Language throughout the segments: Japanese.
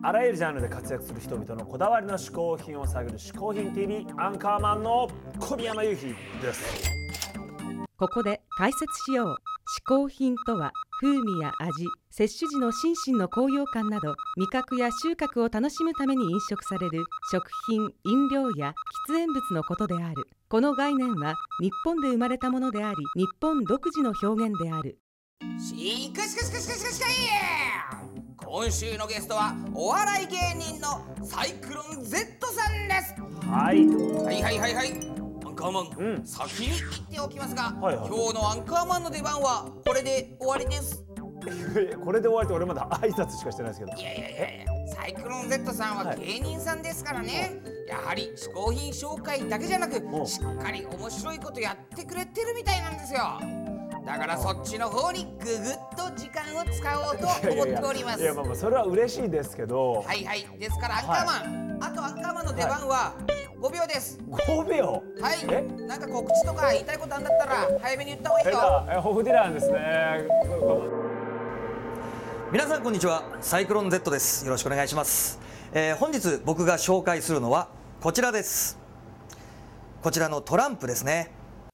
あらゆるジャンルで活躍する人々のこだわりの嗜好品を探る嗜好品 TV アンカーマンの小宮山雄飛です。 ここで解説しよう。嗜好品とは風味や味、摂取時の心身の高揚感など味覚や収穫を楽しむために飲食される食品、飲料や喫煙物のことである。この概念は日本で生まれたものであり、日本独自の表現である。 しかし今週のゲストはお笑い芸人のサイクロン Z さんです。 はいアンカーマン、先に言っておきますが、 はい、 今日のアンカーマンの出番はこれで終わりです。 これで終わりって俺まだ挨拶しかしてないですけど。 いやサイクロン Z さんは芸人さんですからね、やはり嗜好品紹介だけじゃなくしっかり面白いことやってくれてるみたいなんですよ。だからそっちの方にぐぐっと時間を使おうと思っております。 いやそれは嬉しいですけど。 ですからアンカーマン、あとアンカーマンの出番は5秒です。 5秒。 なんか告知とか言いたいことあんだったら早めに言った方がいいよ。 ホフディランですね。 皆さんこんにちは、サイクロン Z です。よろしくお願いします。本日僕が紹介するのはこちらです。こちらのトランプですね。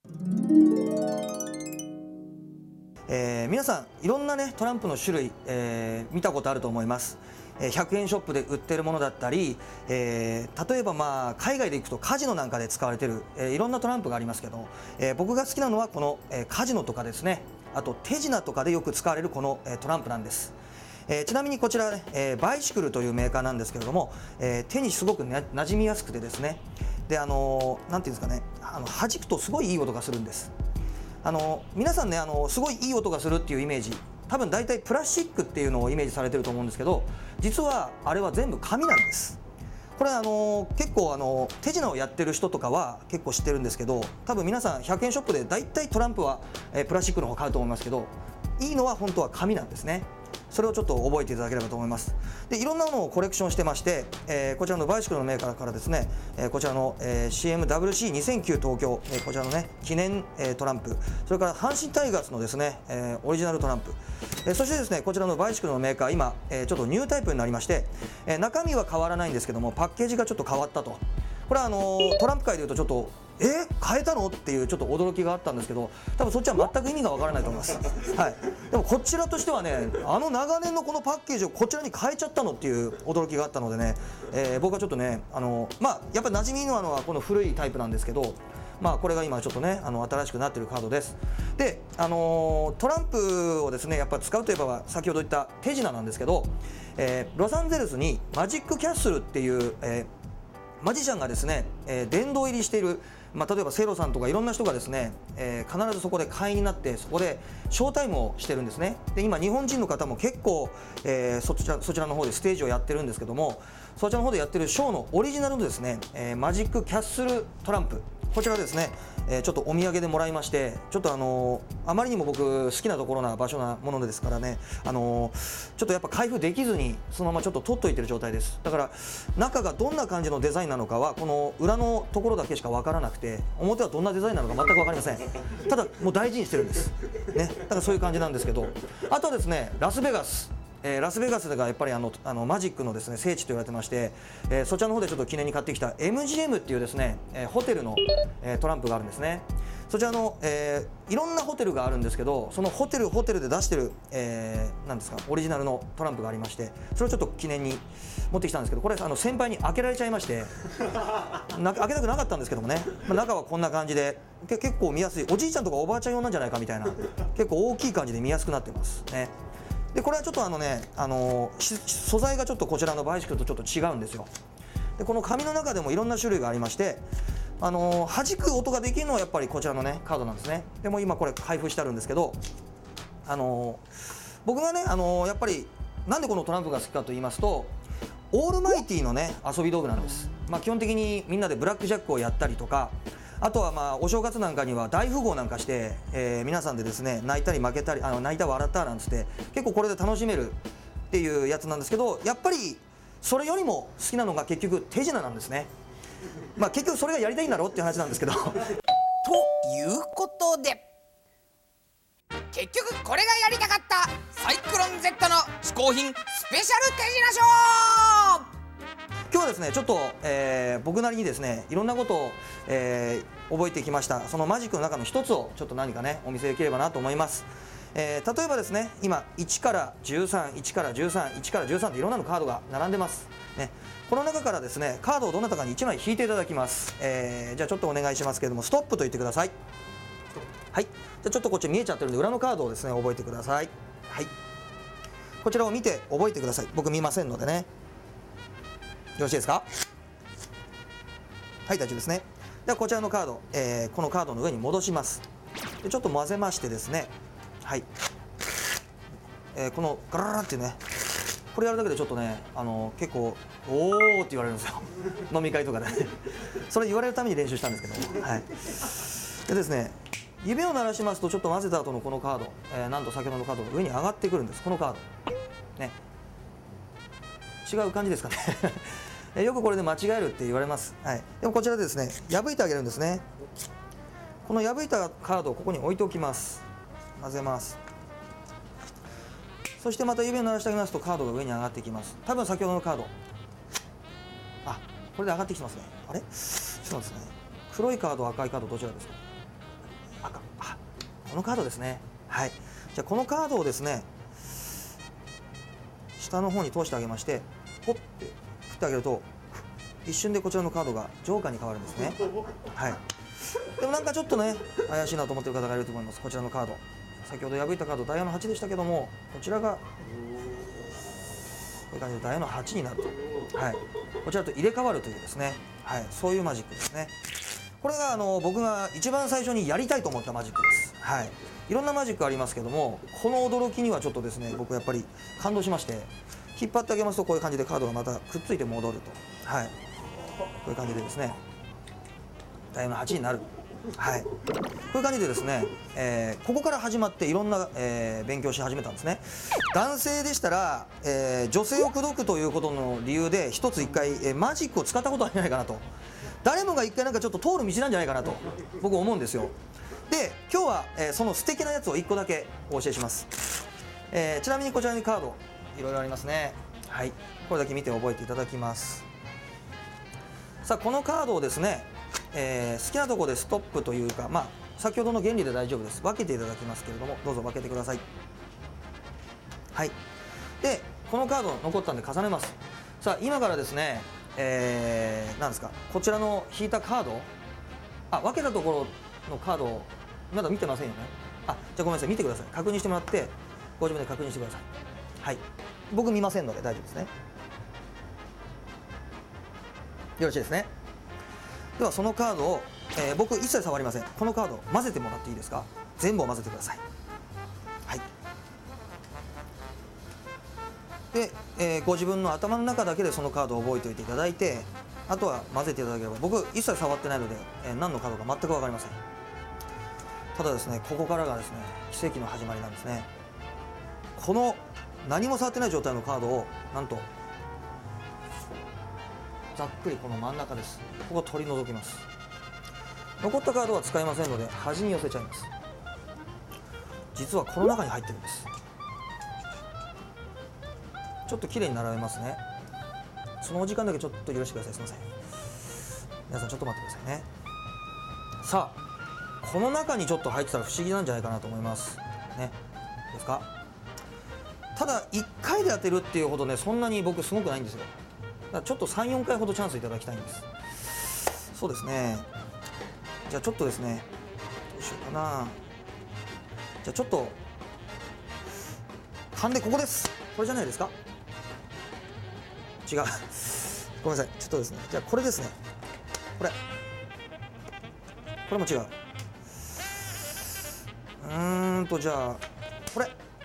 皆さんいろんなねトランプの種類、見たことあると思います。100円ショップで売ってるものだったり、例えば海外で行くとカジノなんかで使われてる、いろんなトランプがありますけど、僕が好きなのはこの、カジノとかですね、あと手品とかでよく使われるこの、トランプなんです。ちなみにこちらね、バイシクルというメーカーなんですけれども、手にすごく馴染みやすくてですね、でなんていうんですかね、弾くとすごいいい音がするんです。皆さんねすごいいい音がするっていうイメージ、多分大体プラスチックっていうのをイメージされてると思うんですけど、実はあれは全部紙なんです。これ結構手品をやってる人とかは結構知ってるんですけど、多分皆さん100円ショップで大体トランプは、プラスチックの方買うと思いますけど、いいのは本当は紙なんですね。それをちょっと覚えていただければと思います。でいろんなものをコレクションしてまして、こちらのバイシクルのメーカーからですね、こちらの、CMWC2009 東京、こちらのね記念、トランプ、それから阪神タイガースのですね、オリジナルトランプ、そしてですねこちらのバイシクルのメーカー今、ちょっとニュータイプになりまして、中身は変わらないんですけどもパッケージがちょっと変わったと。これはトランプ界でいうとちょっと変えたのっていうちょっと驚きがあったんですけど、多分そっちは全く意味がわからないと思います。はい、でもこちらとしてはね、長年のこのパッケージをこちらに変えちゃったのっていう驚きがあったのでね、僕はちょっとねやっぱり馴染みのあるのはこの古いタイプなんですけど、これが今ちょっとね新しくなっているカードです。でトランプをですねやっぱ使うといえば先ほど言った手品なんですけど、ロサンゼルスにマジックキャッスルっていう、マジシャンがですね、殿堂入りしている、例えばセイロさんとかいろんな人がですね、必ずそこで会員になってそこでショータイムをしてるんですね。で今日本人の方も結構、そちらの方でステージをやってるんですけども、そちらの方でやってるショーのオリジナルのですね、マジックキャッスルトランプ、こちらですね、ちょっとお土産でもらいまして、ちょっとあまりにも僕好きなところな場所なものですからね、ちょっとやっぱ開封できずにそのままちょっと取っといてる状態です。だから中がどんな感じのデザインなのかはこの裏のところだけしか分からなくて、表はどんなデザインなのか全く分かりません。ただもう大事にしてるんですね。だからそういう感じなんですけど、あとはですねラスベガスがやっぱりマジックのですね聖地と言われてまして、そちらの方でちょっと記念に買ってきた MGM っていうですね、ホテルの、トランプがあるんですね。そちらの、いろんなホテルがあるんですけど、そのホテルで出してる、なんですかオリジナルのトランプがありまして、それをちょっと記念に持ってきたんですけど、これ先輩に開けられちゃいまして開けたくなかったんですけどもね、中はこんな感じで結構見やすい、おじいちゃんとかおばあちゃん用なんじゃないかみたいな結構大きい感じで見やすくなってますね。でこれはちょっと素材がちょっとこちらのバイシクルとちょっと違うんですよ。でこの紙の中でもいろんな種類がありまして、弾く音ができるのはやっぱりこちらのねカードなんですね。でも今これ開封してあるんですけど、僕がねやっぱりなんでこのトランプが好きかと言いますと、オールマイティのね遊び道具なんです。基本的にみんなでブラックジャックをやったりとか、あとはお正月なんかには大富豪なんかして、皆さんでですね泣いたり負けたり泣いた笑ったなんつって結構これで楽しめるっていうやつなんですけど、やっぱりそれよりも好きなのが結局手品なんですね。結局それがやりたいんだろうっていう話なんですけどということで結局これがやりたかったサイクロン Z の嗜好品スペシャル手品ショー。 ですねちょっと、僕なりにですねいろんなことを、覚えてきました。そのマジックの中の一つをちょっと何かねお見せできればなと思います。例えばですね今1から13、1から13、1から13といろんなのカードが並んでます、ね、この中からですねカードをどなたかに1枚引いていただきます。じゃあちょっとお願いしますけれども、ストップと言ってください。はい、じゃあちょっとこっち見えちゃってるんで裏のカードをですね覚えてください。はい、こちらを見て覚えてください。僕見ませんのでね、よろしいですか。はい、大丈夫ですね。ではこちらのカード、このカードの上に戻します。でちょっと混ぜましてですね、はい、このガラララっていうね、これやるだけでちょっとね結構おーって言われるんですよ飲み会とかでねそれ言われるために練習したんですけど、はい、でですね指を鳴らしますとちょっと混ぜた後のこのカード、なんと先ほどのカードが上に上がってくるんです。このカードね、違う感じですかねよくこれで間違えるって言われます、はい、でもこちらでですね破いてあげるんですね。この破いたカードをここに置いておきます。混ぜます。そしてまた指を鳴らしてあげますとカードが上に上がってきます。多分先ほどのカード、あ、これで上がってきてますね。あれ、そうですね。黒いカード、赤いカードどちらですか。赤、あ、このカードですね。はい、じゃあこのカードをですね下の方に通してあげまして、ポッて振ってあげると一瞬でこちらのカードがジョーカーに変わるんですね。はい、でもなんかちょっとね怪しいなと思ってる方がいると思います。こちらのカード、先ほど破いたカードダイヤの8でしたけども、こちらがこういう感じでダイヤの8になると、はい、こちらと入れ替わるというですね、はい、そういうマジックですね。これが僕が一番最初にやりたいと思ったマジックです。はい、いろんなマジックありますけども、この驚きにはちょっとですね僕やっぱり感動しまして、引っ張ってあげますとこういう感じでカードがまたくっついて戻ると、はい、こういう感じでですねダイヤの8になる。はい、こういう感じでですね、ここから始まっていろんな、勉強し始めたんですね。男性でしたら、女性を口説くということの理由で一つ一回、マジックを使ったことはないかなと、誰もが一回なんかちょっと通る道なんじゃないかなと僕思うんですよ。で今日は、その素敵なやつを1個だけお教えします。ちなみにこちらにカードいろいろありますね。はい、これだけ見て覚えていただきます。さあこのカードをですね好きなところでストップというか、まあ、先ほどの原理で大丈夫です。分けていただきますけれども、どうぞ分けてください。はい、でこのカード残ったんで重ねます。さあ今からですね、何ですか、こちらの引いたカード、あ、分けたところのカードをまだ見てませんよね。あ、じゃあごめんなさい、見てください。確認してもらってご自分で確認してください。はい、僕見ませんので大丈夫ですね。よろしいですね。ではそのカードを、僕一切触りません。このカードを混ぜてもらっていいですか。全部を混ぜてください。はい、で、ご自分の頭の中だけでそのカードを覚えておいていただいて、あとは混ぜていただければ、僕一切触ってないので、何のカードか全く分かりません。ただですねここからがですね奇跡の始まりなんですね。この何も触ってない状態のカードをなんとざっくりこの真ん中です。ここを取り除きます。残ったカードは使いませんので端に寄せちゃいます。実はこの中に入ってるんです。ちょっときれいに並べますね。そのお時間だけちょっと許してください。すみません。皆さんちょっと待ってくださいね。さあこの中にちょっと入ってたら不思議なんじゃないかなと思いますね。ですか。ただ1回で当てるっていうほどねそんなに僕すごくないんですよ。だからちょっと 3,4 回ほどチャンスいただきたいんです。そうですね。じゃあちょっとですねどうしようかな。じゃあちょっと勘でここです。これじゃないですか。違うごめんなさい。ちょっとですねじゃあこれですね。これも違う。じゃあこれ、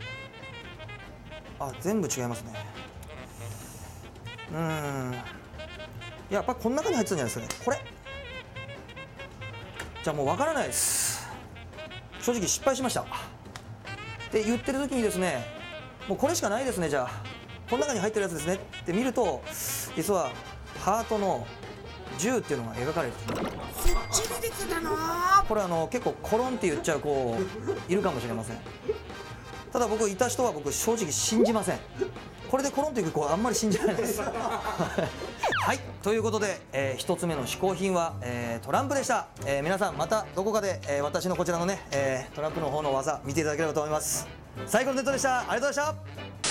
あ、全部違いますね。やっぱこの中に入ってたんじゃないですかね。これじゃあもうわからないです。正直失敗しましたって言ってる時にですねもうこれしかないですね。じゃあこの中に入ってるやつですねって見ると実はハートの10っていうのが描かれている。 そっちに出てたの。 これ結構コロンって言っちゃう子いるかもしれません。ただ僕いた人は僕正直信じません。これでコロンっていく子はあんまり信じられないですははい、ということで、1つ目の嗜好品は、トランプでした。皆さんまたどこかで、私のこちらのね、トランプの方の技見ていただければと思います。最後のネットでした。ありがとうございました。